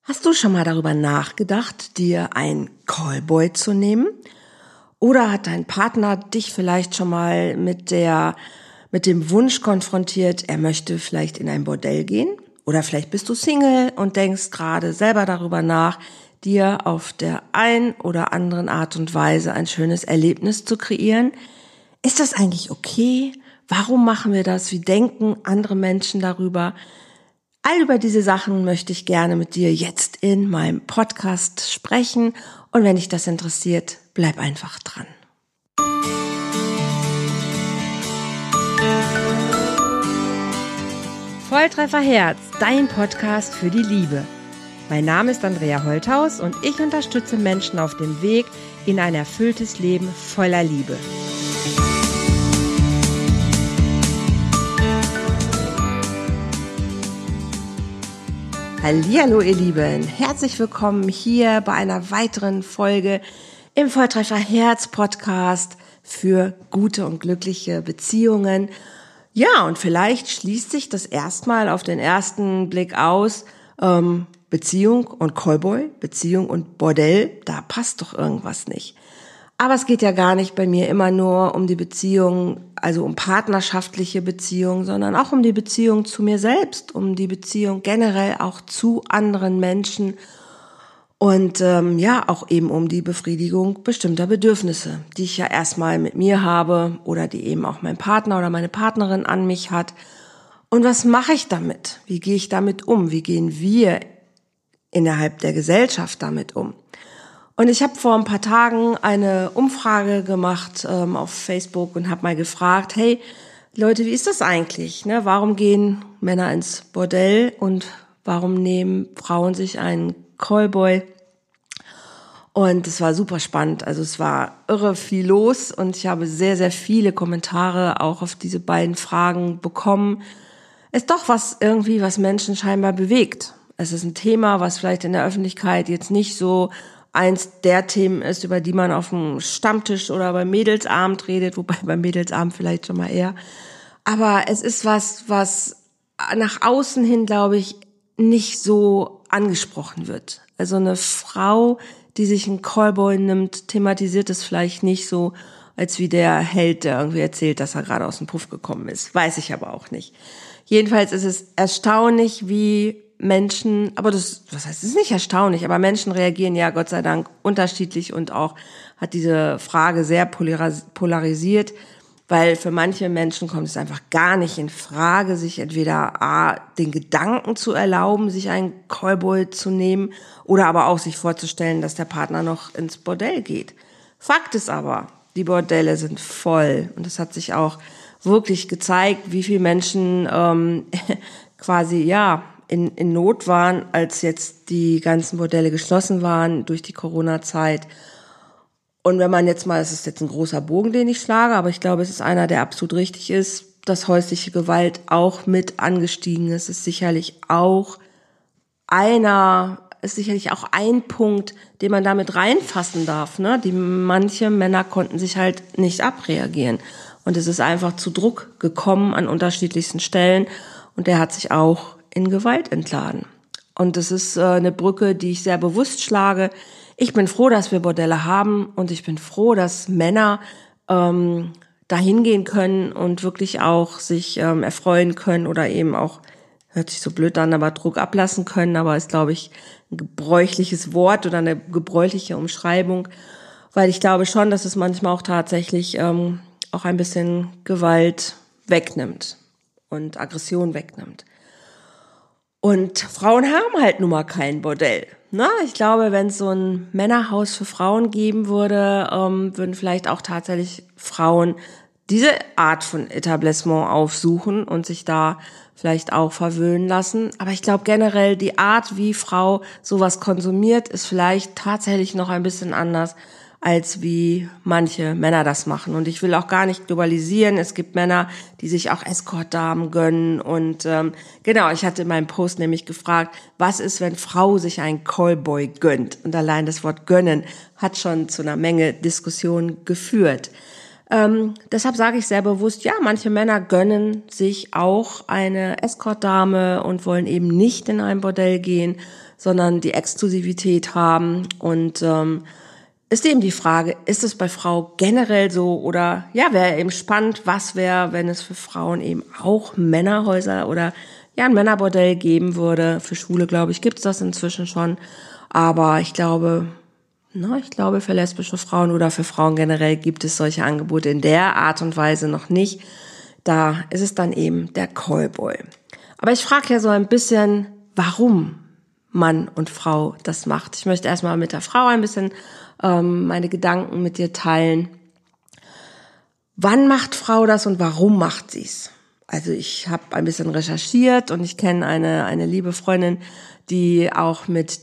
Hast du schon mal darüber nachgedacht, dir einen Callboy zu nehmen? Oder hat dein Partner dich vielleicht schon mal mit dem Wunsch konfrontiert, er möchte vielleicht in ein Bordell gehen? Oder vielleicht bist du Single und denkst gerade selber darüber nach, dir auf der einen oder anderen Art und Weise ein schönes Erlebnis zu kreieren? Ist das eigentlich okay? Warum machen wir das? Wie denken andere Menschen darüber? All über diese Sachen möchte ich gerne mit dir jetzt in meinem Podcast sprechen. Und wenn dich das interessiert, bleib einfach dran. Volltreffer Herz, dein Podcast für die Liebe. Mein Name ist Andrea Holthaus und ich unterstütze Menschen auf dem Weg in ein erfülltes Leben voller Liebe. Hallihallo ihr Lieben, herzlich willkommen hier bei einer weiteren Folge im Volltreffer Herz Podcast für gute und glückliche Beziehungen. Ja, und vielleicht schließt sich das erstmal auf den ersten Blick aus, Beziehung und Callboy, Beziehung und Bordell, da passt doch irgendwas nicht. Aber es geht ja gar nicht bei mir immer nur um die Beziehung, also um partnerschaftliche Beziehungen, sondern auch um die Beziehung zu mir selbst, um die Beziehung generell auch zu anderen Menschen und auch eben um die Befriedigung bestimmter Bedürfnisse, die ich ja erstmal mit mir habe oder die eben auch mein Partner oder meine Partnerin an mich hat. Und was mache ich damit? Wie gehe ich damit um? Wie gehen wir innerhalb der Gesellschaft damit um? Und ich habe vor ein paar Tagen eine Umfrage gemacht auf Facebook und habe mal gefragt, hey Leute, wie ist das eigentlich? Ne? Warum gehen Männer ins Bordell und warum nehmen Frauen sich einen Callboy? Und es war super spannend, also es war irre viel los und ich habe sehr, sehr viele Kommentare auch auf diese beiden Fragen bekommen. Ist doch was Menschen scheinbar bewegt. Es ist ein Thema, was vielleicht in der Öffentlichkeit jetzt nicht so eins der Themen ist, über die man auf dem Stammtisch oder beim Mädelsabend redet, wobei beim Mädelsabend vielleicht schon mal eher. Aber es ist was nach außen hin, glaube ich, nicht so angesprochen wird. Also eine Frau, die sich einen Callboy nimmt, thematisiert es vielleicht nicht so, als wie der Held, der irgendwie erzählt, dass er gerade aus dem Puff gekommen ist. Weiß ich aber auch nicht. Jedenfalls ist es erstaunlich, wie Menschen, aber was heißt, es ist nicht erstaunlich, aber Menschen reagieren ja Gott sei Dank unterschiedlich und auch hat diese Frage sehr polarisiert, weil für manche Menschen kommt es einfach gar nicht in Frage, sich entweder den Gedanken zu erlauben, sich einen Callboy zu nehmen oder aber auch sich vorzustellen, dass der Partner noch ins Bordell geht. Fakt ist aber, die Bordelle sind voll und es hat sich auch wirklich gezeigt, wie viele Menschen in Not waren, als jetzt die ganzen Bordelle geschlossen waren durch die Corona-Zeit. Und wenn man jetzt mal, es ist jetzt ein großer Bogen, den ich schlage, aber ich glaube, es ist einer, der absolut richtig ist, dass häusliche Gewalt auch mit angestiegen ist. Es ist sicherlich auch ein Punkt, den man damit reinfassen darf, ne? Manche Männer konnten sich halt nicht abreagieren. Und es ist einfach zu Druck gekommen an unterschiedlichsten Stellen. Und der hat sich auch in Gewalt entladen. Und das ist eine Brücke, die ich sehr bewusst schlage. Ich bin froh, dass wir Bordelle haben und ich bin froh, dass Männer dahin gehen können und wirklich auch sich erfreuen können oder eben auch, hört sich so blöd an, aber Druck ablassen können, aber ist, glaube ich, ein gebräuchliches Wort oder eine gebräuchliche Umschreibung, weil ich glaube schon, dass es manchmal auch tatsächlich auch ein bisschen Gewalt wegnimmt und Aggression wegnimmt. Und Frauen haben halt nun mal kein Bordell. Na, ich glaube, wenn es so ein Männerhaus für Frauen geben würde, würden vielleicht auch tatsächlich Frauen diese Art von Etablissement aufsuchen und sich da vielleicht auch verwöhnen lassen. Aber ich glaube generell, die Art, wie Frau sowas konsumiert, ist vielleicht tatsächlich noch ein bisschen anders, als wie manche Männer das machen. Und ich will auch gar nicht globalisieren. Es gibt Männer, die sich auch Escort-Damen gönnen. Und ich hatte in meinem Post nämlich gefragt, was ist, wenn Frau sich einen Callboy gönnt? Und allein das Wort gönnen hat schon zu einer Menge Diskussion geführt. Deshalb sage ich sehr bewusst, ja, manche Männer gönnen sich auch eine Escort-Dame und wollen eben nicht in ein Bordell gehen, sondern die Exklusivität haben. Und ist eben die Frage, ist es bei Frau generell so oder ja, wäre eben spannend, was wäre, wenn es für Frauen eben auch Männerhäuser oder ja, ein Männerbordell geben würde. Für Schwule, glaube ich, gibt es das inzwischen schon. Aber ich glaube, für lesbische Frauen oder für Frauen generell gibt es solche Angebote in der Art und Weise noch nicht. Da ist es dann eben der Callboy. Aber ich frage ja so ein bisschen, warum Mann und Frau das macht. Ich möchte erstmal mit der Frau ein bisschen meine Gedanken mit dir teilen. Wann macht Frau das und warum macht sie's? Also ich habe ein bisschen recherchiert und ich kenne eine liebe Freundin, die auch mit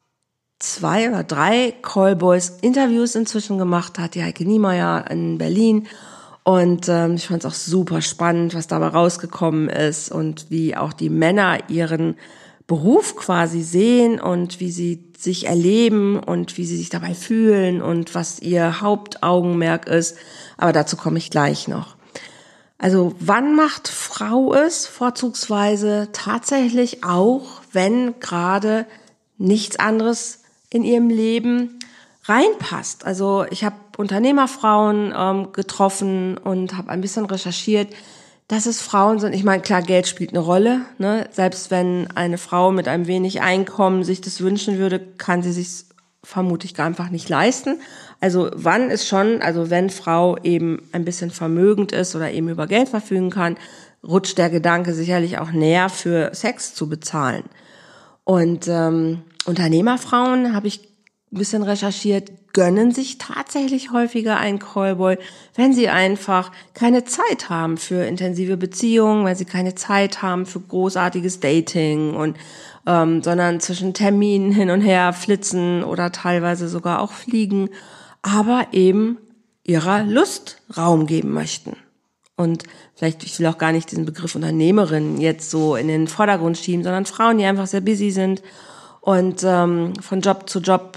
2 oder 3 Callboys Interviews inzwischen gemacht hat, die Heike Niemeyer in Berlin. Und ich fand es auch super spannend, was dabei rausgekommen ist und wie auch die Männer ihren Beruf quasi sehen und wie sie sich erleben und wie sie sich dabei fühlen und was ihr Hauptaugenmerk ist. Aber dazu komme ich gleich noch. Also wann macht Frau es vorzugsweise tatsächlich auch, wenn gerade nichts anderes in ihrem Leben reinpasst? Also ich habe Unternehmerfrauen getroffen und habe ein bisschen recherchiert, dass es Frauen sind. Ich meine, klar, Geld spielt eine Rolle, ne? Selbst wenn eine Frau mit einem wenig Einkommen sich das wünschen würde, kann sie sich vermutlich einfach nicht leisten. Also wann ist schon, also wenn Frau eben ein bisschen vermögend ist oder eben über Geld verfügen kann, rutscht der Gedanke sicherlich auch näher, für Sex zu bezahlen. Und Unternehmerfrauen, habe ich ein bisschen recherchiert, gönnen sich tatsächlich häufiger einen Callboy, wenn sie einfach keine Zeit haben für intensive Beziehungen, wenn sie keine Zeit haben für großartiges Dating und sondern zwischen Terminen hin und her flitzen oder teilweise sogar auch fliegen, aber eben ihrer Lust Raum geben möchten. Und vielleicht, ich will auch gar nicht diesen Begriff Unternehmerin jetzt so in den Vordergrund schieben, sondern Frauen, die einfach sehr busy sind und von Job zu Job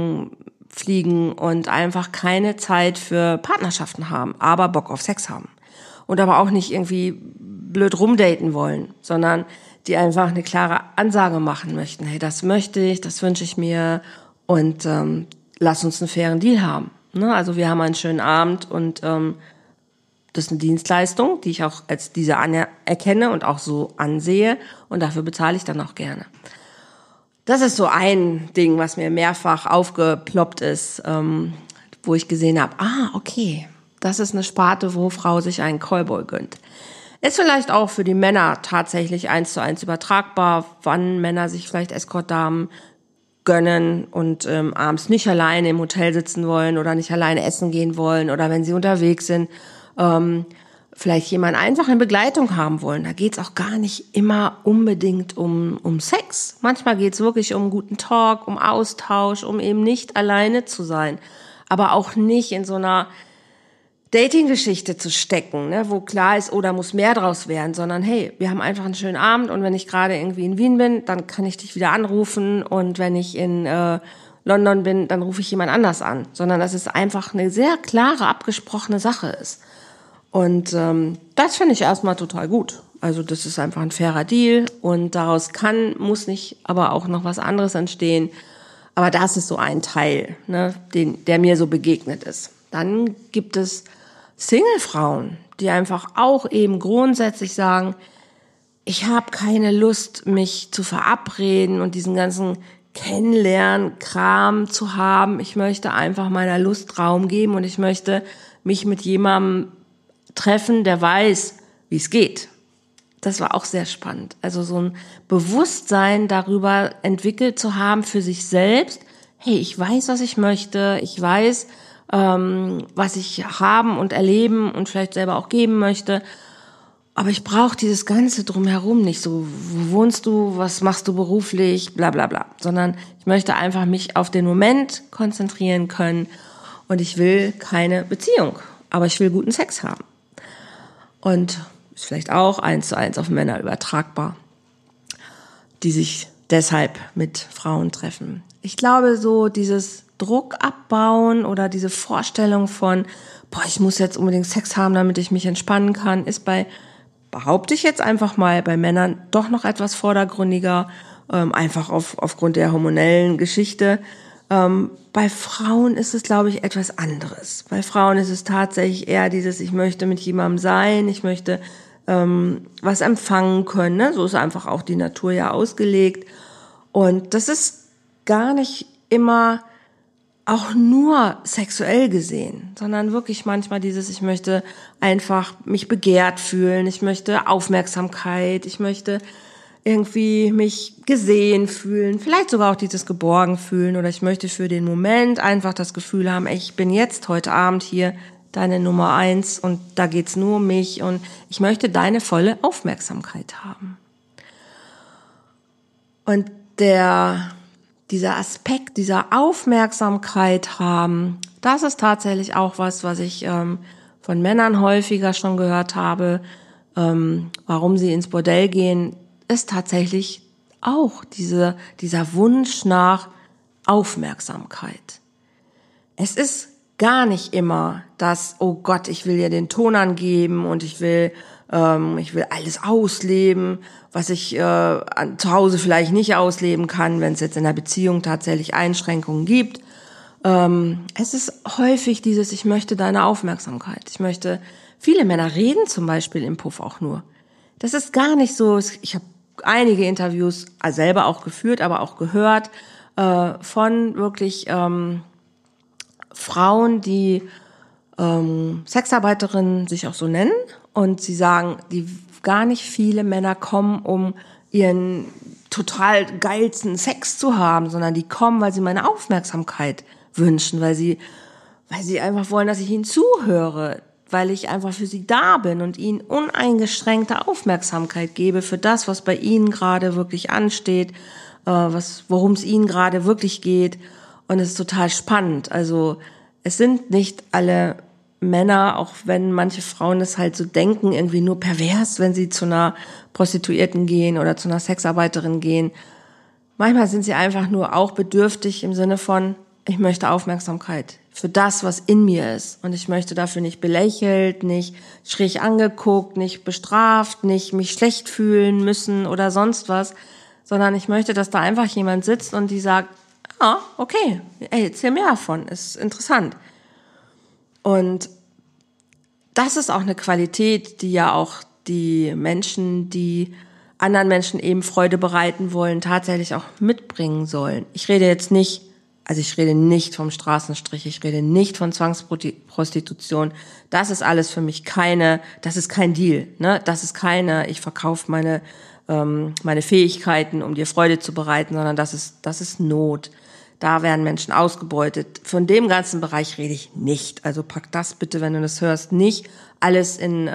fliegen und einfach keine Zeit für Partnerschaften haben, aber Bock auf Sex haben. Und aber auch nicht irgendwie blöd rumdaten wollen, sondern die einfach eine klare Ansage machen möchten. Hey, das möchte ich, das wünsche ich mir und lass uns einen fairen Deal haben. Ne? Also wir haben einen schönen Abend und das ist eine Dienstleistung, die ich auch als diese anerkenne und auch so ansehe und dafür bezahle ich dann auch gerne. Das ist so ein Ding, was mir mehrfach aufgeploppt ist, wo ich gesehen habe, okay, das ist eine Sparte, wo Frau sich einen Callboy gönnt. Ist vielleicht auch für die Männer tatsächlich 1:1 übertragbar, wann Männer sich vielleicht Escort-Damen gönnen und abends nicht alleine im Hotel sitzen wollen oder nicht alleine essen gehen wollen oder wenn sie unterwegs sind, vielleicht jemanden einfach in Begleitung haben wollen. Da geht's auch gar nicht immer unbedingt um Sex. Manchmal geht's wirklich um guten Talk, um Austausch, um eben nicht alleine zu sein. Aber auch nicht in so einer Dating-Geschichte zu stecken, ne, wo klar ist, da muss mehr draus werden, sondern hey, wir haben einfach einen schönen Abend und wenn ich gerade irgendwie in Wien bin, dann kann ich dich wieder anrufen und wenn ich in London bin, dann rufe ich jemand anders an. Sondern dass es einfach eine sehr klare, abgesprochene Sache ist. Und das finde ich erstmal total gut. Also das ist einfach ein fairer Deal und daraus muss nicht aber auch noch was anderes entstehen. Aber das ist so ein Teil, ne, der mir so begegnet ist. Dann gibt es Single-Frauen, die einfach auch eben grundsätzlich sagen, ich habe keine Lust, mich zu verabreden und diesen ganzen Kennenlernen-Kram zu haben. Ich möchte einfach meiner Lust Raum geben und ich möchte mich mit jemandem treffen, der weiß, wie es geht. Das war auch sehr spannend. Also so ein Bewusstsein darüber entwickelt zu haben für sich selbst. Hey, ich weiß, was ich möchte. Ich weiß, was ich haben und erleben und vielleicht selber auch geben möchte. Aber ich brauche dieses Ganze drumherum nicht so, wo wohnst du, was machst du beruflich, bla bla bla. Sondern ich möchte einfach mich auf den Moment konzentrieren können und ich will keine Beziehung, aber ich will guten Sex haben. Und ist vielleicht auch 1:1 auf Männer übertragbar, die sich deshalb mit Frauen treffen. Ich glaube, so dieses Druck abbauen oder diese Vorstellung von, ich muss jetzt unbedingt Sex haben, damit ich mich entspannen kann, ist behaupte ich jetzt einfach mal, bei Männern doch noch etwas vordergründiger, einfach aufgrund der hormonellen Geschichte. Bei Frauen ist es, glaube ich, etwas anderes. Bei Frauen ist es tatsächlich eher dieses, ich möchte mit jemandem sein, ich möchte was empfangen können. Ne? So ist einfach auch die Natur ja ausgelegt. Und das ist gar nicht immer auch nur sexuell gesehen, sondern wirklich manchmal dieses, ich möchte einfach mich begehrt fühlen, ich möchte Aufmerksamkeit, ich möchte irgendwie mich gesehen fühlen, vielleicht sogar auch dieses geborgen fühlen oder ich möchte für den Moment einfach das Gefühl haben, ich bin jetzt heute Abend hier deine Nummer 1 und da geht's nur um mich und ich möchte deine volle Aufmerksamkeit haben. Und dieser Aspekt, dieser Aufmerksamkeit haben, das ist tatsächlich auch was ich von Männern häufiger schon gehört habe, warum sie ins Bordell gehen, ist tatsächlich auch dieser Wunsch nach Aufmerksamkeit. Es ist gar nicht immer das, oh Gott, ich will dir den Ton angeben und ich will alles ausleben, was ich zu Hause vielleicht nicht ausleben kann, wenn es jetzt in der Beziehung tatsächlich Einschränkungen gibt. Es ist häufig dieses, ich möchte deine Aufmerksamkeit. Viele Männer reden zum Beispiel im Puff auch nur. Das ist gar nicht so, ich habe einige Interviews selber auch geführt, aber auch gehört von wirklich Frauen, die Sexarbeiterinnen sich auch so nennen und sie sagen, die gar nicht viele Männer kommen, um ihren total geilsten Sex zu haben, sondern die kommen, weil sie meine Aufmerksamkeit wünschen, weil sie einfach wollen, dass ich ihnen zuhöre, weil ich einfach für sie da bin und ihnen uneingeschränkte Aufmerksamkeit gebe für das, was bei ihnen gerade wirklich ansteht, worum es ihnen gerade wirklich geht. Und es ist total spannend. Also es sind nicht alle Männer, auch wenn manche Frauen es halt so denken, irgendwie nur pervers, wenn sie zu einer Prostituierten gehen oder zu einer Sexarbeiterin gehen. Manchmal sind sie einfach nur auch bedürftig im Sinne von, ich möchte Aufmerksamkeit für das, was in mir ist. Und ich möchte dafür nicht belächelt, nicht schräg angeguckt, nicht bestraft, nicht mich schlecht fühlen müssen oder sonst was, sondern ich möchte, dass da einfach jemand sitzt und die sagt, okay, erzähl mehr davon, ist interessant. Und das ist auch eine Qualität, die ja auch die Menschen, die anderen Menschen eben Freude bereiten wollen, tatsächlich auch mitbringen sollen. Ich rede nicht vom Straßenstrich, ich rede nicht von Zwangsprostitution. Das ist alles für mich das ist kein Deal, ne? Das ist ich verkaufe meine Fähigkeiten, um dir Freude zu bereiten, sondern das ist Not. Da werden Menschen ausgebeutet. Von dem ganzen Bereich rede ich nicht. Also pack das bitte, wenn du das hörst, nicht alles in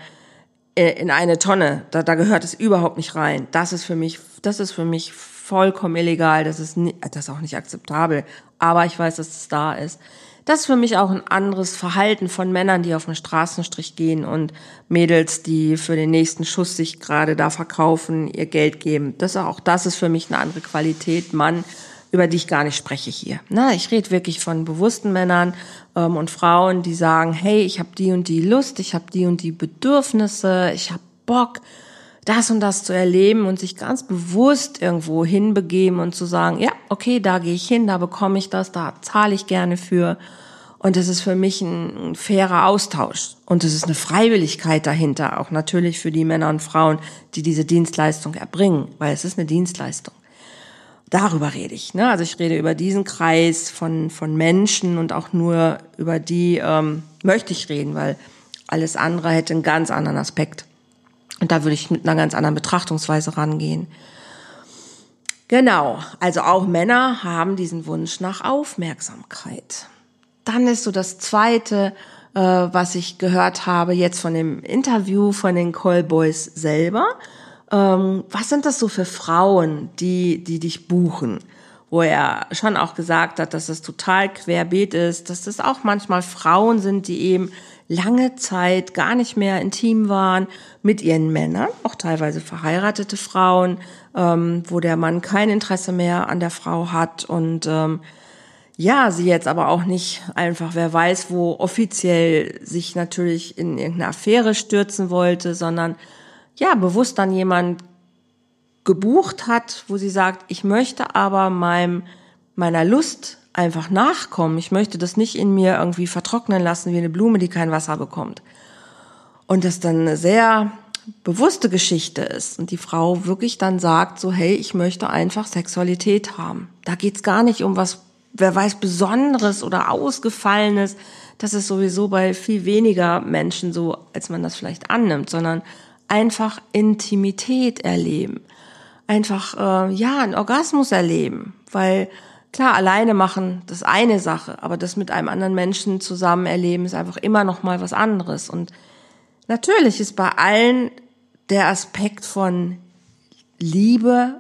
eine Tonne. Da gehört es überhaupt nicht rein. Das ist für mich vollkommen illegal. Das ist auch nicht akzeptabel. Aber ich weiß, dass es da ist. Das ist für mich auch ein anderes Verhalten von Männern, die auf den Straßenstrich gehen und Mädels, die für den nächsten Schuss sich gerade da verkaufen, ihr Geld geben. Das ist für mich eine andere Qualität, Mann, über die ich gar nicht spreche hier. Ich rede wirklich von bewussten Männern und Frauen, die sagen, hey, ich habe die und die Lust, ich habe die und die Bedürfnisse, ich habe Bock, das und das zu erleben und sich ganz bewusst irgendwo hinbegeben und zu sagen, ja, okay, da gehe ich hin, da bekomme ich das, da zahle ich gerne für. Und das ist für mich ein fairer Austausch. Und es ist eine Freiwilligkeit dahinter, auch natürlich für die Männer und Frauen, die diese Dienstleistung erbringen, weil es ist eine Dienstleistung. Darüber rede ich. Also ich rede über diesen Kreis von Menschen und auch nur über die möchte ich reden, weil alles andere hätte einen ganz anderen Aspekt. Und da würde ich mit einer ganz anderen Betrachtungsweise rangehen. Genau, also auch Männer haben diesen Wunsch nach Aufmerksamkeit. Dann ist so das Zweite, was ich gehört habe jetzt von dem Interview von den Callboys selber. Was sind das so für Frauen, die dich buchen? Wo er schon auch gesagt hat, dass das total querbeet ist, dass das auch manchmal Frauen sind, die eben lange Zeit gar nicht mehr intim waren mit ihren Männern, auch teilweise verheiratete Frauen, wo der Mann kein Interesse mehr an der Frau hat und ja, sie jetzt aber auch nicht einfach, wer weiß wo, offiziell sich natürlich in irgendeine Affäre stürzen wollte, sondern ja, bewusst dann jemand gebucht hat, wo sie sagt, ich möchte aber meiner Lust einfach nachkommen. Ich möchte das nicht in mir irgendwie vertrocknen lassen wie eine Blume, die kein Wasser bekommt. Und das dann eine sehr bewusste Geschichte ist und die Frau wirklich dann sagt so, hey, ich möchte einfach Sexualität haben. Da geht's gar nicht um was, wer weiß, Besonderes oder Ausgefallenes. Das ist sowieso bei viel weniger Menschen so, als man das vielleicht annimmt, sondern einfach Intimität erleben. Einfach, einen Orgasmus erleben. Weil, klar, alleine machen, das ist eine Sache, aber das mit einem anderen Menschen zusammen erleben, ist einfach immer noch mal was anderes. Und natürlich ist bei allen der Aspekt von Liebe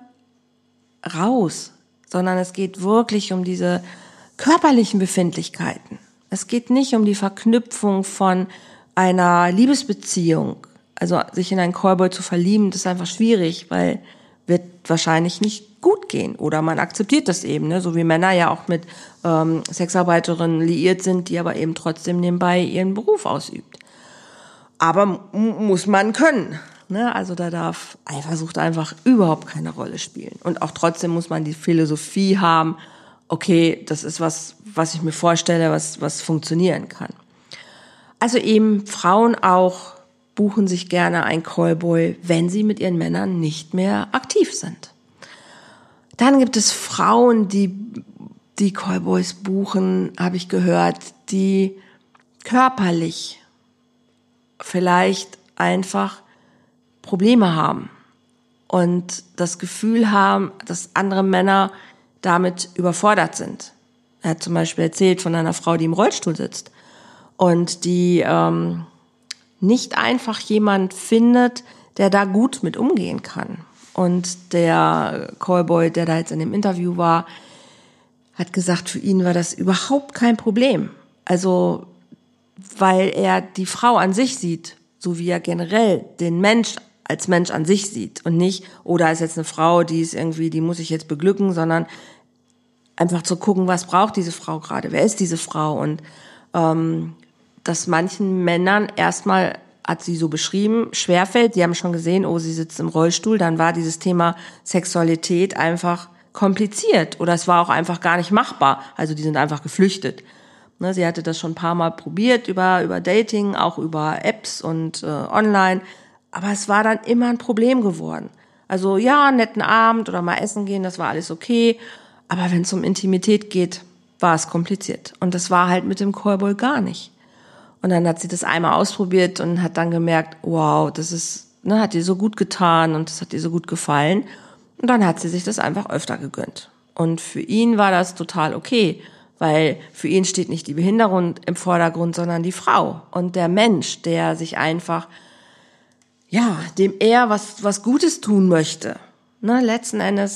raus, sondern es geht wirklich um diese körperlichen Befindlichkeiten. Es geht nicht um die Verknüpfung von einer Liebesbeziehung. Also sich in einen Callboy zu verlieben, das ist einfach schwierig, weil wird wahrscheinlich nicht gut gehen. Oder man akzeptiert das eben, ne? So wie Männer ja auch mit Sexarbeiterinnen liiert sind, die aber eben trotzdem nebenbei ihren Beruf ausübt. Aber muss man können. Ne? Also da darf Eifersucht einfach überhaupt keine Rolle spielen. Und auch trotzdem muss man die Philosophie haben, okay, das ist was ich mir vorstelle, was funktionieren kann. Also eben Frauen auch buchen sich gerne einen Callboy, wenn sie mit ihren Männern nicht mehr aktiv sind. Dann gibt es Frauen, die Callboys buchen, habe ich gehört, die körperlich vielleicht einfach Probleme haben und das Gefühl haben, dass andere Männer damit überfordert sind. Er hat zum Beispiel erzählt von einer Frau, die im Rollstuhl sitzt und die nicht einfach jemand findet, der da gut mit umgehen kann. Und der Callboy, der da jetzt in dem Interview war, hat gesagt, für ihn war das überhaupt kein Problem. Also, weil er die Frau an sich sieht, so wie er generell den Mensch als Mensch an sich sieht und nicht, oh, da ist jetzt eine Frau, die ist irgendwie, die muss ich jetzt beglücken, sondern einfach zu gucken, was braucht diese Frau gerade, wer ist diese Frau und dass manchen Männern erstmal, hat sie so beschrieben, schwerfällt. Die haben schon gesehen, oh, sie sitzt im Rollstuhl. Dann war dieses Thema Sexualität einfach kompliziert oder es war auch einfach gar nicht machbar. Also die sind einfach geflüchtet. Ne, sie hatte das schon ein paar Mal probiert über Dating, auch über Apps und online. Aber es war dann immer ein Problem geworden. Also ja, einen netten Abend oder mal essen gehen, das war alles okay. Aber wenn es um Intimität geht, war es kompliziert. Und das war halt mit dem Callboy gar nicht. Und dann hat sie das einmal ausprobiert und hat dann gemerkt, wow, das ist, ne, hat ihr so gut getan und das hat ihr so gut gefallen. Und dann hat sie sich das einfach öfter gegönnt. Und für ihn war das total okay, weil für ihn steht nicht die Behinderung im Vordergrund, sondern die Frau und der Mensch, der sich einfach, ja, dem er was Gutes tun möchte. Ne, letzten Endes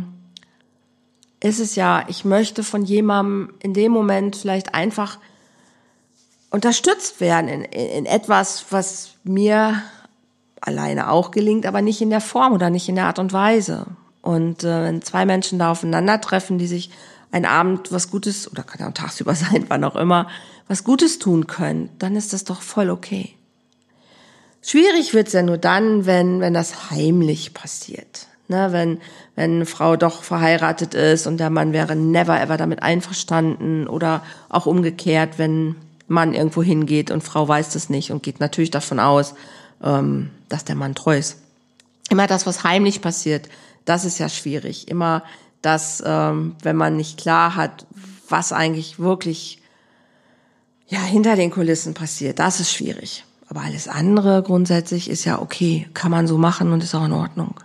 ist es ja, ich möchte von jemandem in dem Moment vielleicht einfach unterstützt werden in etwas, was mir alleine auch gelingt, aber nicht in der Form oder nicht in der Art und Weise. Und wenn zwei Menschen da aufeinandertreffen, die sich einen Abend was Gutes, oder kann ja auch tagsüber sein, wann auch immer, was Gutes tun können, dann ist das doch voll okay. Schwierig wird's ja nur dann, wenn das heimlich passiert. Ne, wenn eine Frau doch verheiratet ist und der Mann wäre never ever damit einverstanden oder auch umgekehrt, wenn Mann irgendwo hingeht und Frau weiß das nicht und geht natürlich davon aus, dass der Mann treu ist. Immer das, was heimlich passiert, das ist ja schwierig. Immer das, wenn man nicht klar hat, was eigentlich wirklich ja hinter den Kulissen passiert, das ist schwierig. Aber alles andere grundsätzlich ist ja okay, kann man so machen und ist auch in Ordnung.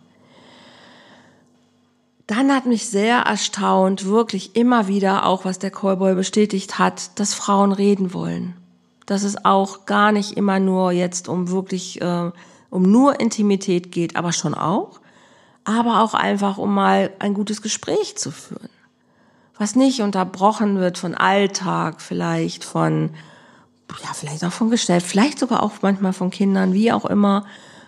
Dann hat mich sehr erstaunt, wirklich immer wieder, auch was der Callboy bestätigt hat, dass Frauen reden wollen. Dass es auch gar nicht immer nur jetzt um wirklich, um nur Intimität geht, aber schon auch. Aber auch einfach, um mal ein gutes Gespräch zu führen. Was nicht unterbrochen wird von Alltag, vielleicht von, ja, vielleicht auch von Geschäft, vielleicht sogar auch manchmal von Kindern, wie auch immer.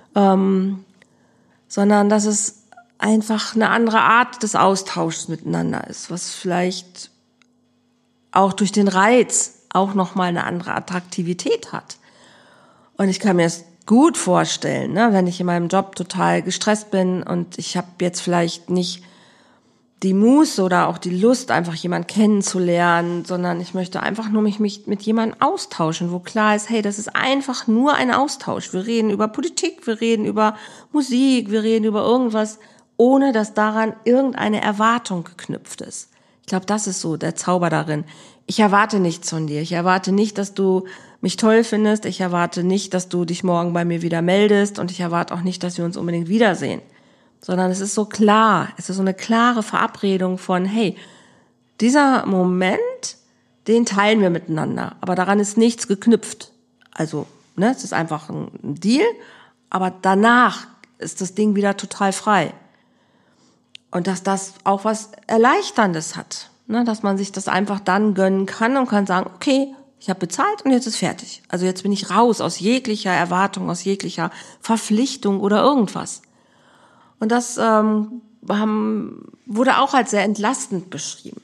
Sondern dass es einfach eine andere Art des Austauschs miteinander ist, was vielleicht auch durch den Reiz auch nochmal eine andere Attraktivität hat. Und ich kann mir es gut vorstellen, ne, wenn ich in meinem Job total gestresst bin und ich habe jetzt vielleicht nicht die Muße oder auch die Lust, einfach jemanden kennenzulernen, sondern ich möchte einfach nur mich mit jemandem austauschen, wo klar ist, hey, das ist einfach nur ein Austausch. Wir reden über Politik, wir reden über Musik, wir reden über irgendwas, ohne dass daran irgendeine Erwartung geknüpft ist. Ich glaube, das ist so der Zauber darin. Ich erwarte nichts von dir. Ich erwarte nicht, dass du mich toll findest. Ich erwarte nicht, dass du dich morgen bei mir wieder meldest. Und ich erwarte auch nicht, dass wir uns unbedingt wiedersehen. Sondern es ist so klar. Es ist so eine klare Verabredung von, hey, dieser Moment, den teilen wir miteinander. Aber daran ist nichts geknüpft. Also, ne, es ist einfach ein Deal. Aber danach ist das Ding wieder total frei. Und dass das auch was Erleichterndes hat. Ne, dass man sich das einfach dann gönnen kann und kann sagen, okay, ich habe bezahlt und jetzt ist fertig. Also jetzt bin ich raus aus jeglicher Erwartung, aus jeglicher Verpflichtung oder irgendwas. Und das wurde auch als sehr entlastend beschrieben.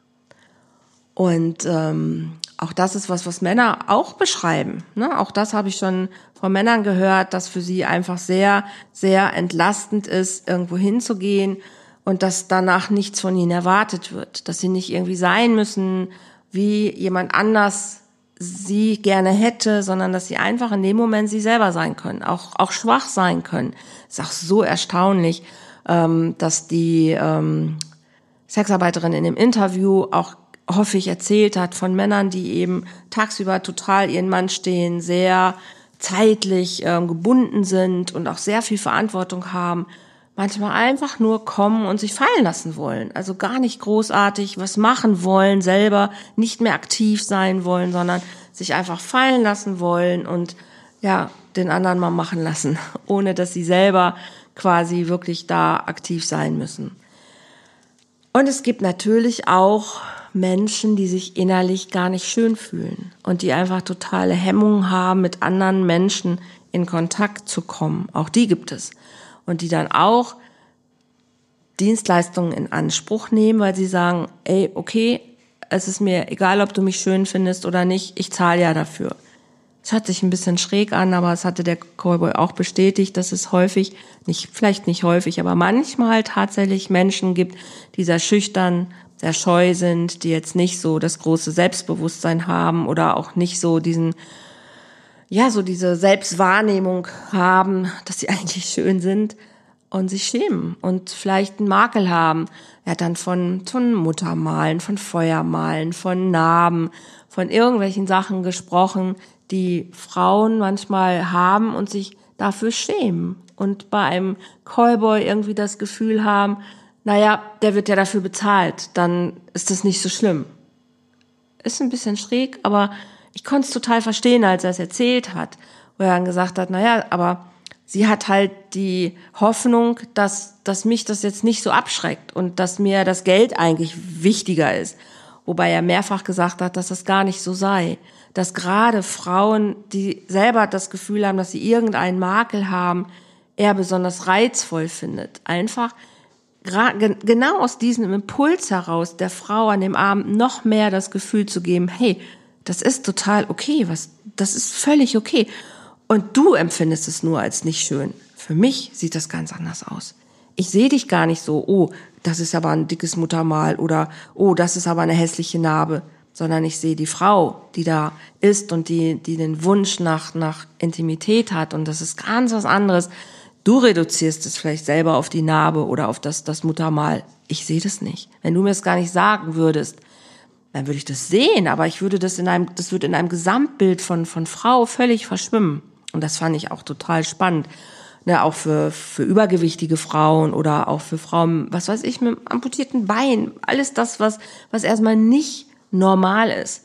Und auch das ist was Männer auch beschreiben. Ne? Auch das habe ich schon von Männern gehört, dass für sie einfach sehr, sehr entlastend ist, irgendwo hinzugehen und dass danach nichts von ihnen erwartet wird. Dass sie nicht irgendwie sein müssen, wie jemand anders sie gerne hätte, sondern dass sie einfach in dem Moment sie selber sein können, auch schwach sein können. Ist auch so erstaunlich, dass die Sexarbeiterin in dem Interview auch häufig erzählt hat von Männern, die eben tagsüber total ihren Mann stehen, sehr zeitlich gebunden sind und auch sehr viel Verantwortung haben, manchmal einfach nur kommen und sich fallen lassen wollen. Also gar nicht großartig was machen wollen, selber nicht mehr aktiv sein wollen, sondern sich einfach fallen lassen wollen und ja, den anderen mal machen lassen, ohne dass sie selber quasi wirklich da aktiv sein müssen. Und es gibt natürlich auch Menschen, die sich innerlich gar nicht schön fühlen und die einfach totale Hemmungen haben, mit anderen Menschen in Kontakt zu kommen. Auch die gibt es. Und die dann auch Dienstleistungen in Anspruch nehmen, weil sie sagen, ey, okay, es ist mir egal, ob du mich schön findest oder nicht, ich zahle ja dafür. Es hört sich ein bisschen schräg an, aber es hatte der Callboy auch bestätigt, dass es häufig, vielleicht nicht häufig, aber manchmal tatsächlich Menschen gibt, die sehr schüchtern, sehr scheu sind, die jetzt nicht so das große Selbstbewusstsein haben oder auch nicht so so diese Selbstwahrnehmung haben, dass sie eigentlich schön sind und sich schämen und vielleicht einen Makel haben. Er hat dann von Muttermalen, von Feuermalen, von Narben, von irgendwelchen Sachen gesprochen, die Frauen manchmal haben und sich dafür schämen. Und bei einem Callboy irgendwie das Gefühl haben, naja, der wird ja dafür bezahlt, dann ist das nicht so schlimm. Ist ein bisschen schräg, aber ich konnte es total verstehen, als er es erzählt hat, wo er dann gesagt hat, naja, aber sie hat halt die Hoffnung, dass mich das jetzt nicht so abschreckt und dass mir das Geld eigentlich wichtiger ist. Wobei er mehrfach gesagt hat, dass das gar nicht so sei. Dass gerade Frauen, die selber das Gefühl haben, dass sie irgendeinen Makel haben, er besonders reizvoll findet. Einfach genau aus diesem Impuls heraus, der Frau an dem Abend noch mehr das Gefühl zu geben, hey, das ist total okay, das ist völlig okay. Und du empfindest es nur als nicht schön. Für mich sieht das ganz anders aus. Ich sehe dich gar nicht so, oh, das ist aber ein dickes Muttermal oder oh, das ist aber eine hässliche Narbe, sondern ich sehe die Frau, die da ist und die den Wunsch nach Intimität hat und das ist ganz was anderes. Du reduzierst es vielleicht selber auf die Narbe oder auf das Muttermal. Ich sehe das nicht. Wenn du mir es gar nicht sagen würdest, dann würde ich das sehen, aber ich würde das wird in einem Gesamtbild von Frau völlig verschwimmen. Und das fand ich auch total spannend. Ne, auch für übergewichtige Frauen oder auch für Frauen, was weiß ich, mit einem amputierten Bein. Alles das, was erstmal nicht normal ist,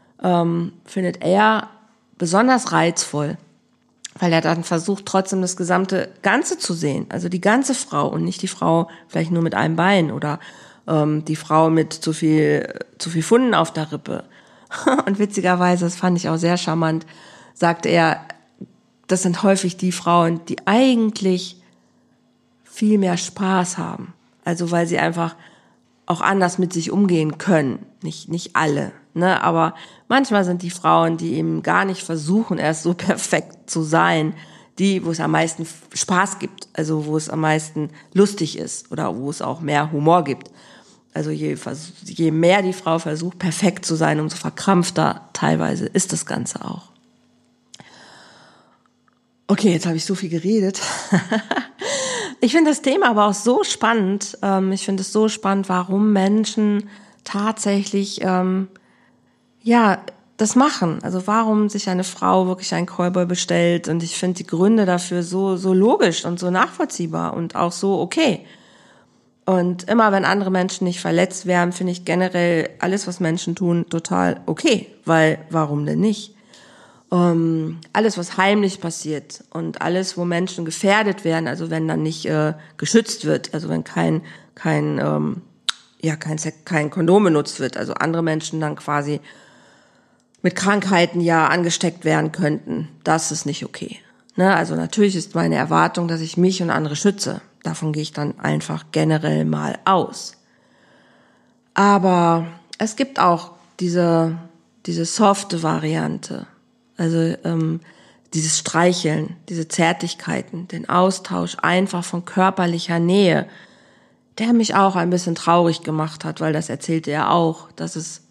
findet er besonders reizvoll. Weil er dann versucht, trotzdem das gesamte Ganze zu sehen. Also die ganze Frau und nicht die Frau vielleicht nur mit einem Bein oder die Frau mit zu viel Funden auf der Rippe. Und witzigerweise, das fand ich auch sehr charmant, sagte er, das sind häufig die Frauen, die eigentlich viel mehr Spaß haben. Also weil sie einfach auch anders mit sich umgehen können. Nicht alle, ne? Aber manchmal sind die Frauen, die eben gar nicht versuchen, erst so perfekt zu sein, die, wo es am meisten Spaß gibt, also wo es am meisten lustig ist oder wo es auch mehr Humor gibt. Also je mehr die Frau versucht, perfekt zu sein, umso verkrampfter teilweise ist das Ganze auch. Okay, jetzt habe ich so viel geredet. Ich finde das Thema aber auch so spannend. Ich finde es so spannend, warum Menschen tatsächlich das machen. Also warum sich eine Frau wirklich einen Callboy bestellt. Und ich finde die Gründe dafür so logisch und so nachvollziehbar und auch so okay. Und immer wenn andere Menschen nicht verletzt werden, finde ich generell alles, was Menschen tun, total okay. Weil warum denn nicht? Alles, was heimlich passiert und alles, wo Menschen gefährdet werden, also wenn dann nicht geschützt wird, also wenn kein Kondom benutzt wird, also andere Menschen dann quasi mit Krankheiten ja angesteckt werden könnten, das ist nicht okay. Ne? Also natürlich ist meine Erwartung, dass ich mich und andere schütze. Davon gehe ich dann einfach generell mal aus. Aber es gibt auch diese softe Variante. Also dieses Streicheln, diese Zärtlichkeiten, den Austausch einfach von körperlicher Nähe, der mich auch ein bisschen traurig gemacht hat, weil das erzählte er auch, dass es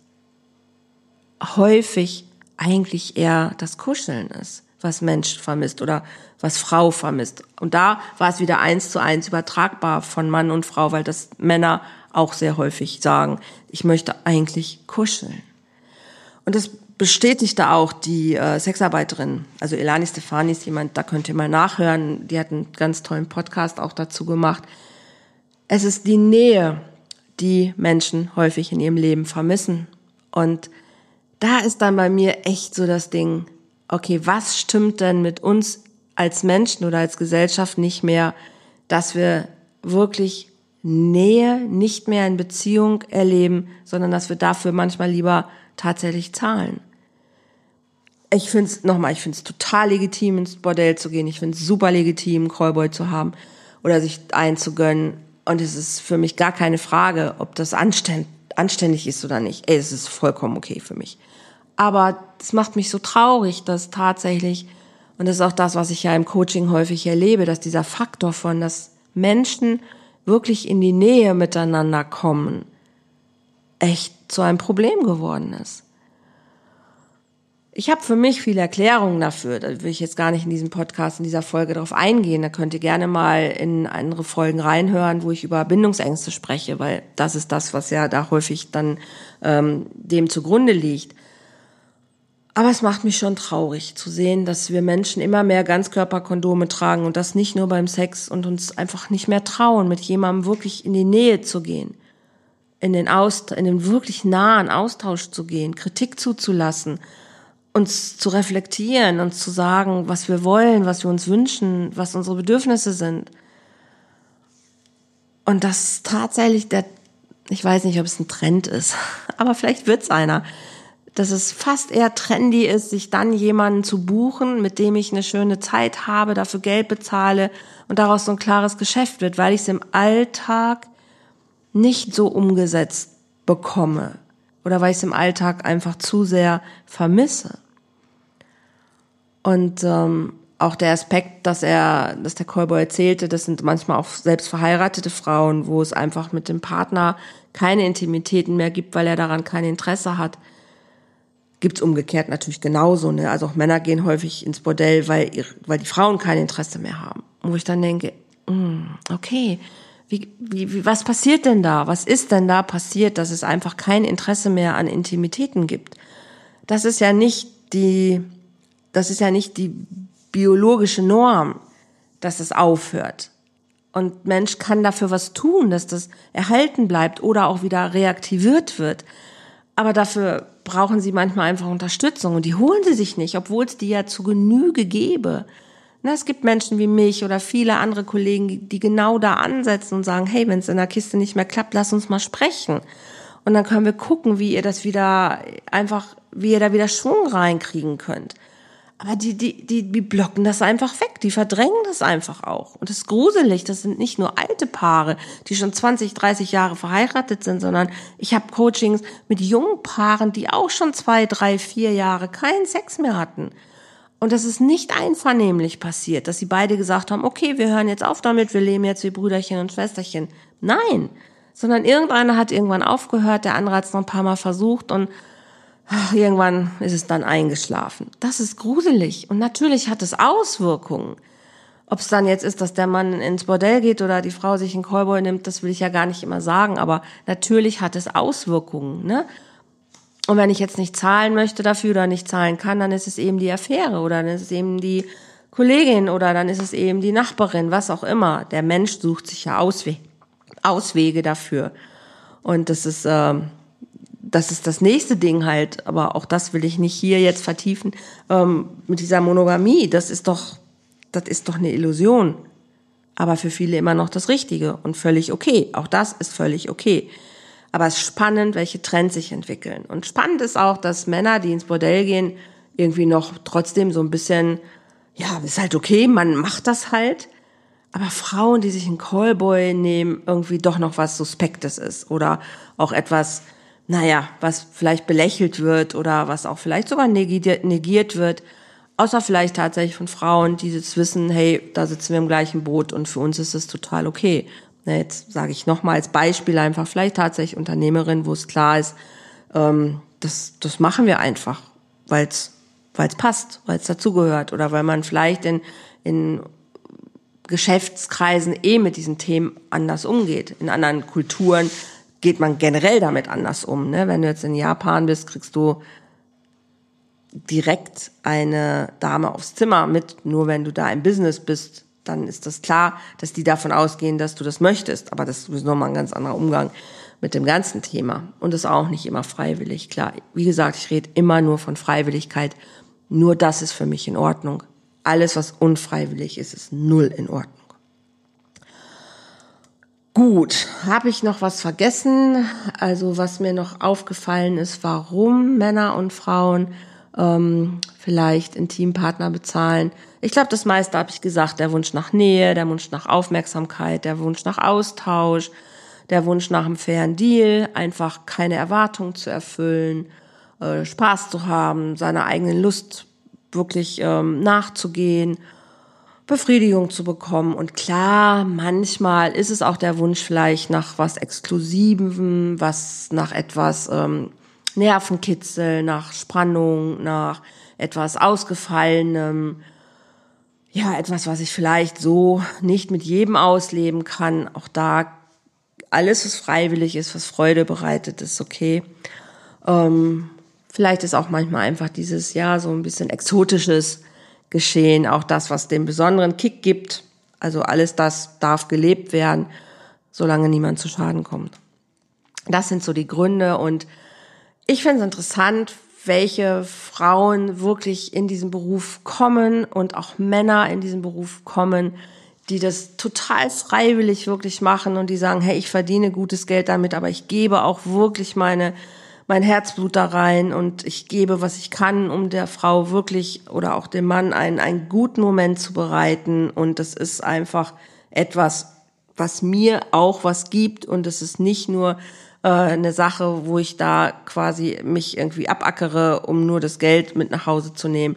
häufig eigentlich eher das Kuscheln ist, was Mensch vermisst oder was Frau vermisst. Und da war es wieder 1:1 übertragbar von Mann und Frau, weil das Männer auch sehr häufig sagen, ich möchte eigentlich kuscheln. Und das bestätigte auch die Sexarbeiterin, also Elani Stefani ist jemand, da könnt ihr mal nachhören, die hat einen ganz tollen Podcast auch dazu gemacht. Es ist die Nähe, die Menschen häufig in ihrem Leben vermissen. Und da ist dann bei mir echt so das Ding, okay, was stimmt denn mit uns als Menschen oder als Gesellschaft nicht mehr, dass wir wirklich Nähe nicht mehr in Beziehung erleben, sondern dass wir dafür manchmal lieber tatsächlich zahlen. Ich finde es total legitim, ins Bordell zu gehen. Ich finde es super legitim, einen Callboy zu haben oder sich einzugönnen. Und es ist für mich gar keine Frage, ob das anständig ist oder nicht. Es ist vollkommen okay für mich. Aber es macht mich so traurig, dass tatsächlich, und das ist auch das, was ich ja im Coaching häufig erlebe, dass dieser Faktor von, dass Menschen wirklich in die Nähe miteinander kommen, echt zu einem Problem geworden ist. Ich habe für mich viele Erklärungen dafür, da will ich jetzt gar nicht in diesem Podcast, in dieser Folge drauf eingehen, da könnt ihr gerne mal in andere Folgen reinhören, wo ich über Bindungsängste spreche, weil das ist das, was ja da häufig dann dem zugrunde liegt. Aber es macht mich schon traurig zu sehen, dass wir Menschen immer mehr Ganzkörperkondome tragen und das nicht nur beim Sex und uns einfach nicht mehr trauen, mit jemandem wirklich in die Nähe zu gehen, in den wirklich nahen Austausch zu gehen, Kritik zuzulassen, uns zu reflektieren, uns zu sagen, was wir wollen, was wir uns wünschen, was unsere Bedürfnisse sind. Und das tatsächlich ich weiß nicht, ob es ein Trend ist, aber vielleicht wird's einer, dass es fast eher trendy ist, sich dann jemanden zu buchen, mit dem ich eine schöne Zeit habe, dafür Geld bezahle und daraus so ein klares Geschäft wird, weil ich es im Alltag nicht so umgesetzt bekomme oder weil ich es im Alltag einfach zu sehr vermisse. Und auch der Aspekt, dass der Callboy erzählte, das sind manchmal auch selbst verheiratete Frauen, wo es einfach mit dem Partner keine Intimitäten mehr gibt, weil er daran kein Interesse hat. Gibt's umgekehrt natürlich genauso, ne? Also auch Männer gehen häufig ins Bordell, weil die Frauen kein Interesse mehr haben. Und wo ich dann denke, okay, was passiert denn da? Was ist denn da passiert, dass es einfach kein Interesse mehr an Intimitäten gibt? Das ist ja nicht die biologische Norm, dass es aufhört. Und Mensch kann dafür was tun, dass das erhalten bleibt oder auch wieder reaktiviert wird. Aber dafür brauchen sie manchmal einfach Unterstützung und die holen sie sich nicht, obwohl es die ja zu Genüge gäbe. Es gibt Menschen wie mich oder viele andere Kollegen, die genau da ansetzen und sagen, hey, wenn es in der Kiste nicht mehr klappt, lass uns mal sprechen. Und dann können wir gucken, wie ihr da wieder Schwung reinkriegen könnt. Aber die blocken das einfach weg, die verdrängen das einfach auch. Und das ist gruselig, das sind nicht nur alte Paare, die schon 20, 30 Jahre verheiratet sind, sondern ich habe Coachings mit jungen Paaren, die auch schon 2, 3, 4 Jahre keinen Sex mehr hatten. Und das ist nicht einvernehmlich passiert, dass sie beide gesagt haben, okay, wir hören jetzt auf damit, wir leben jetzt wie Brüderchen und Schwesterchen. Nein, sondern irgendeiner hat irgendwann aufgehört, der andere hat es noch ein paar Mal versucht und irgendwann ist es dann eingeschlafen. Das ist gruselig und natürlich hat es Auswirkungen. Ob es dann jetzt ist, dass der Mann ins Bordell geht oder die Frau sich einen Callboy nimmt, das will ich ja gar nicht immer sagen, aber natürlich hat es Auswirkungen, ne? Und wenn ich jetzt nicht zahlen möchte dafür oder nicht zahlen kann, dann ist es eben die Affäre oder dann ist es eben die Kollegin oder dann ist es eben die Nachbarin, was auch immer. Der Mensch sucht sich ja Auswege dafür. Und das ist das nächste Ding halt, aber auch das will ich nicht hier jetzt vertiefen, mit dieser Monogamie, das ist doch eine Illusion, aber für viele immer noch das Richtige und völlig okay, auch das ist völlig okay. Aber es ist spannend, welche Trends sich entwickeln. Und spannend ist auch, dass Männer, die ins Bordell gehen, irgendwie noch trotzdem so ein bisschen, ja, ist halt okay, man macht das halt. Aber Frauen, die sich einen Callboy nehmen, irgendwie doch noch was Suspektes ist oder auch etwas, naja, was vielleicht belächelt wird oder was auch vielleicht sogar negiert wird, außer vielleicht tatsächlich von Frauen, die jetzt wissen, hey, da sitzen wir im gleichen Boot und für uns ist es total okay. Na, jetzt sage ich nochmal als Beispiel einfach, vielleicht tatsächlich Unternehmerin, wo es klar ist, das machen wir einfach, weil es passt, weil es dazugehört oder weil man vielleicht in Geschäftskreisen mit diesen Themen anders umgeht. In anderen Kulturen geht man generell damit anders um. Ne? Wenn du jetzt in Japan bist, kriegst du direkt eine Dame aufs Zimmer mit, nur wenn du da im Business bist, dann ist das klar, dass die davon ausgehen, dass du das möchtest. Aber das ist nochmal ein ganz anderer Umgang mit dem ganzen Thema. Und das ist auch nicht immer freiwillig. Klar, wie gesagt, ich rede immer nur von Freiwilligkeit. Nur das ist für mich in Ordnung. Alles, was unfreiwillig ist, ist null in Ordnung. Gut, habe ich noch was vergessen? Also was mir noch aufgefallen ist, warum Männer und Frauen vielleicht Intimpartner bezahlen. Ich glaube, das meiste habe ich gesagt, der Wunsch nach Nähe, der Wunsch nach Aufmerksamkeit, der Wunsch nach Austausch, der Wunsch nach einem fairen Deal, einfach keine Erwartungen zu erfüllen, Spaß zu haben, seiner eigenen Lust wirklich nachzugehen, Befriedigung zu bekommen. Und klar, manchmal ist es auch der Wunsch vielleicht nach was Exklusivem, was nach etwas Nervenkitzel, nach Spannung, nach etwas Ausgefallenem. Ja, etwas, was ich vielleicht so nicht mit jedem ausleben kann. Auch da, alles, was freiwillig ist, was Freude bereitet, ist okay. Vielleicht ist auch manchmal einfach dieses, ja, so ein bisschen exotisches Geschehen, auch das, was den besonderen Kick gibt. Also alles das darf gelebt werden, solange niemand zu Schaden kommt. Das sind so die Gründe und ich finde es interessant, welche Frauen wirklich in diesen Beruf kommen und auch Männer in diesen Beruf kommen, die das total freiwillig wirklich machen und die sagen, hey, ich verdiene gutes Geld damit, aber ich gebe auch wirklich mein Herzblut da rein und ich gebe, was ich kann, um der Frau wirklich oder auch dem Mann einen guten Moment zu bereiten. Und das ist einfach etwas, was mir auch was gibt und es ist nicht nur eine Sache, wo ich da quasi mich irgendwie abackere, um nur das Geld mit nach Hause zu nehmen.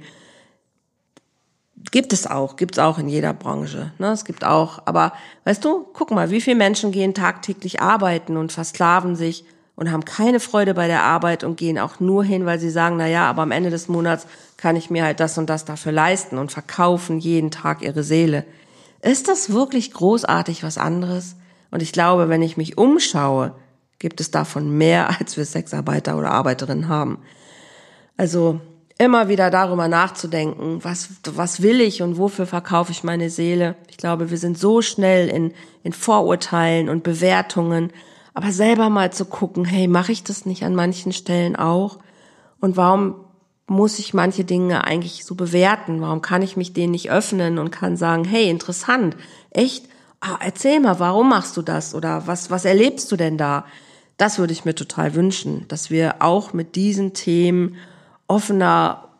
Gibt's auch in jeder Branche. Ne? Es gibt auch, aber weißt du, guck mal, wie viele Menschen gehen tagtäglich arbeiten und versklaven sich und haben keine Freude bei der Arbeit und gehen auch nur hin, weil sie sagen, na ja, aber am Ende des Monats kann ich mir halt das und das dafür leisten und verkaufen jeden Tag ihre Seele. Ist das wirklich großartig was anderes? Und ich glaube, wenn ich mich umschaue, gibt es davon mehr, als wir Sexarbeiter oder Arbeiterinnen haben. Also immer wieder darüber nachzudenken, was will ich und wofür verkaufe ich meine Seele. Ich glaube, wir sind so schnell in Vorurteilen und Bewertungen, aber selber mal zu gucken, hey, mache ich das nicht an manchen Stellen auch? Und warum muss ich manche Dinge eigentlich so bewerten? Warum kann ich mich denen nicht öffnen und kann sagen, hey, interessant, echt? Erzähl mal, warum machst du das? Oder was erlebst du denn da? Das würde ich mir total wünschen, dass wir auch mit diesen Themen offener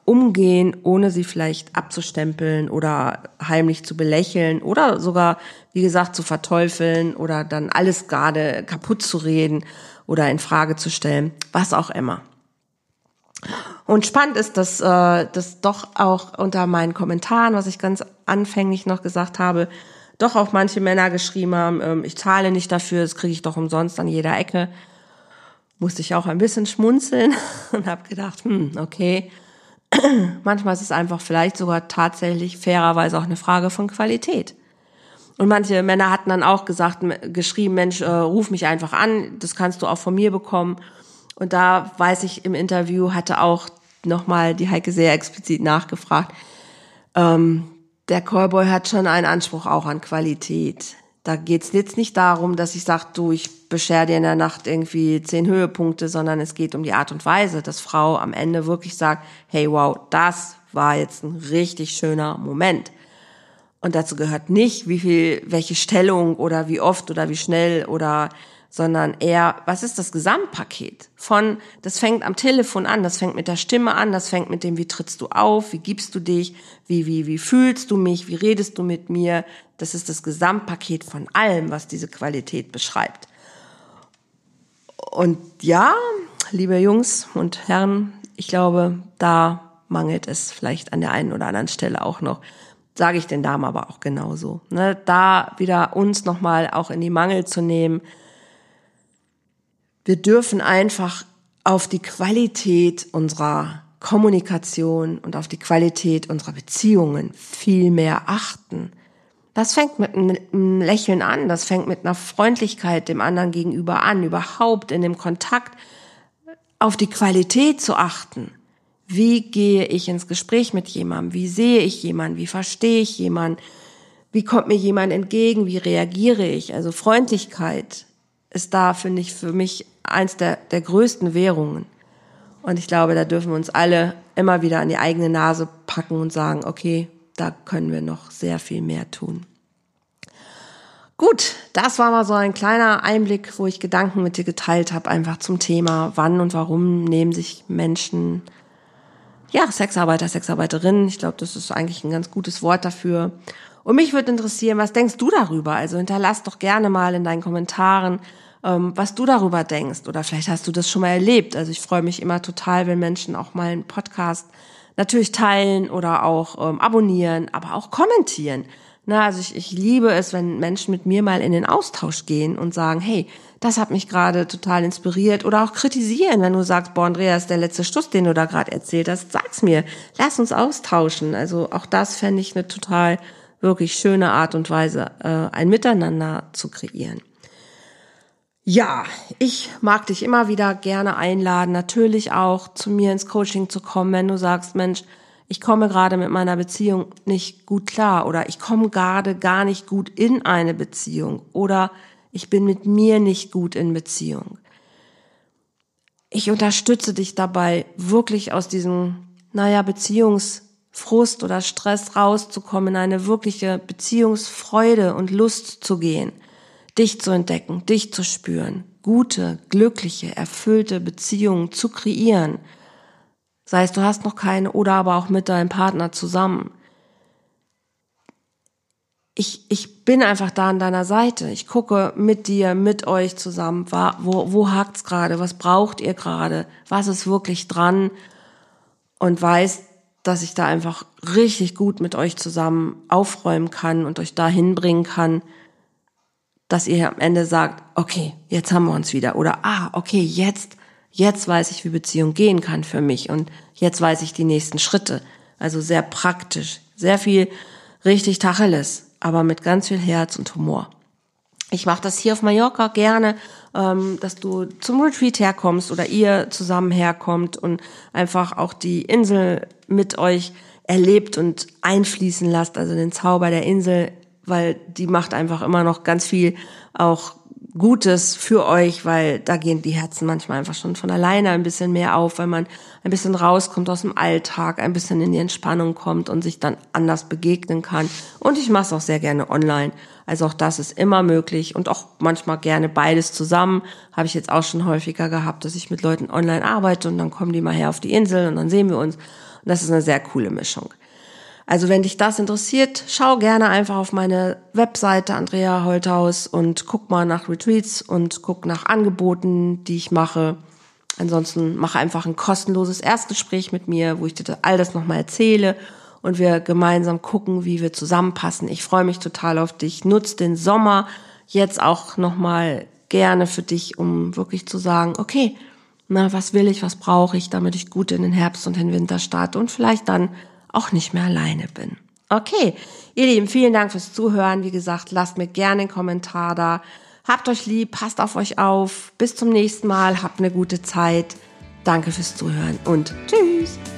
umgehen, ohne sie vielleicht abzustempeln oder heimlich zu belächeln oder sogar, wie gesagt, zu verteufeln oder dann alles gerade kaputt zu reden oder in Frage zu stellen, was auch immer. Und spannend ist, dass das doch auch unter meinen Kommentaren, was ich ganz anfänglich noch gesagt habe, doch auch manche Männer geschrieben haben, ich zahle nicht dafür, das kriege ich doch umsonst an jeder Ecke. Musste ich auch ein bisschen schmunzeln und habe gedacht, okay, manchmal ist es einfach vielleicht sogar tatsächlich fairerweise auch eine Frage von Qualität. Und manche Männer hatten dann auch geschrieben, Mensch, ruf mich einfach an, das kannst du auch von mir bekommen. Und da weiß ich, im Interview hatte auch nochmal die Heike sehr explizit nachgefragt, der Callboy hat schon einen Anspruch auch an Qualität. Da geht's jetzt nicht darum, dass ich sage, du, ich beschere dir in der Nacht irgendwie 10 Höhepunkte, sondern es geht um die Art und Weise, dass Frau am Ende wirklich sagt, hey, wow, das war jetzt ein richtig schöner Moment. Und dazu gehört nicht, welche Stellung oder wie oft oder wie schnell sondern eher, was ist das Gesamtpaket? Das fängt am Telefon an, das fängt mit der Stimme an, das fängt mit dem, wie trittst du auf, wie gibst du dich, wie fühlst du mich, wie redest du mit mir? Das ist das Gesamtpaket von allem, was diese Qualität beschreibt. Und ja, liebe Jungs und Herren, ich glaube, da mangelt es vielleicht an der einen oder anderen Stelle auch noch. Sage ich den Damen aber auch genauso. Ne? Da wieder uns nochmal auch in die Mangel zu nehmen. Wir dürfen einfach auf die Qualität unserer Kommunikation und auf die Qualität unserer Beziehungen viel mehr achten. Das fängt mit einem Lächeln an, das fängt mit einer Freundlichkeit dem anderen gegenüber an, überhaupt in dem Kontakt auf die Qualität zu achten. Wie gehe ich ins Gespräch mit jemandem? Wie sehe ich jemanden? Wie verstehe ich jemanden? Wie kommt mir jemand entgegen? Wie reagiere ich? Also Freundlichkeit ist da, finde ich, für mich eins der größten Währungen. Und ich glaube, da dürfen wir uns alle immer wieder an die eigene Nase packen und sagen, okay, da können wir noch sehr viel mehr tun. Gut, das war mal so ein kleiner Einblick, wo ich Gedanken mit dir geteilt habe, einfach zum Thema, wann und warum nehmen sich Menschen, Sexarbeiter, Sexarbeiterinnen, ich glaube, das ist eigentlich ein ganz gutes Wort dafür. Und mich würde interessieren, was denkst du darüber? Also hinterlass doch gerne mal in deinen Kommentaren, was du darüber denkst. Oder vielleicht hast du das schon mal erlebt. Also ich freue mich immer total, wenn Menschen auch mal einen Podcast natürlich teilen oder auch abonnieren, aber auch kommentieren. Also ich liebe es, wenn Menschen mit mir mal in den Austausch gehen und sagen, hey, das hat mich gerade total inspiriert, oder auch kritisieren, wenn du sagst, boah, Andreas, der letzte Stuss, den du da gerade erzählt hast, sag's mir, lass uns austauschen. Also auch das fände ich eine total wirklich schöne Art und Weise, ein Miteinander zu kreieren. Ja, ich mag dich immer wieder gerne einladen, natürlich auch zu mir ins Coaching zu kommen, wenn du sagst, Mensch, ich komme gerade mit meiner Beziehung nicht gut klar oder ich komme gerade gar nicht gut in eine Beziehung oder ich bin mit mir nicht gut in Beziehung. Ich unterstütze dich dabei, wirklich aus diesem, Beziehungsfrust oder Stress rauszukommen, in eine wirkliche Beziehungsfreude und Lust zu gehen, dich zu entdecken, dich zu spüren, gute, glückliche, erfüllte Beziehungen zu kreieren. Sei es, du hast noch keine oder aber auch mit deinem Partner zusammen. Ich bin einfach da an deiner Seite. Ich gucke mit dir, mit euch zusammen, wo hakt's gerade, was braucht ihr gerade, was ist wirklich dran, und weiß, dass ich da einfach richtig gut mit euch zusammen aufräumen kann und euch dahin bringen kann, dass ihr am Ende sagt, okay, jetzt haben wir uns wieder, oder okay, jetzt weiß ich, wie Beziehung gehen kann für mich und jetzt weiß ich die nächsten Schritte. Also sehr praktisch, sehr viel richtig Tacheles, aber mit ganz viel Herz und Humor. Ich mache das hier auf Mallorca gerne, dass du zum Retreat herkommst oder ihr zusammen herkommt und einfach auch die Insel mit euch erlebt und einfließen lasst, also den Zauber der Insel, weil die macht einfach immer noch ganz viel auch Gutes für euch, weil da gehen die Herzen manchmal einfach schon von alleine ein bisschen mehr auf, weil man ein bisschen rauskommt aus dem Alltag, ein bisschen in die Entspannung kommt und sich dann anders begegnen kann. Und ich mache es auch sehr gerne online. Also auch das ist immer möglich und auch manchmal gerne beides zusammen. Habe ich jetzt auch schon häufiger gehabt, dass ich mit Leuten online arbeite und dann kommen die mal her auf die Insel und dann sehen wir uns. Und das ist eine sehr coole Mischung. Also wenn dich das interessiert, schau gerne einfach auf meine Webseite Andrea Holthaus und guck mal nach Retreats und guck nach Angeboten, die ich mache. Ansonsten mache einfach ein kostenloses Erstgespräch mit mir, wo ich dir all das nochmal erzähle und wir gemeinsam gucken, wie wir zusammenpassen. Ich freue mich total auf dich. Nutz den Sommer jetzt auch nochmal gerne für dich, um wirklich zu sagen, okay, was will ich, was brauche ich, damit ich gut in den Herbst und den Winter starte und vielleicht dann auch nicht mehr alleine bin. Okay, ihr Lieben, vielen Dank fürs Zuhören. Wie gesagt, lasst mir gerne einen Kommentar da. Habt euch lieb, passt auf euch auf. Bis zum nächsten Mal, habt eine gute Zeit. Danke fürs Zuhören und tschüss.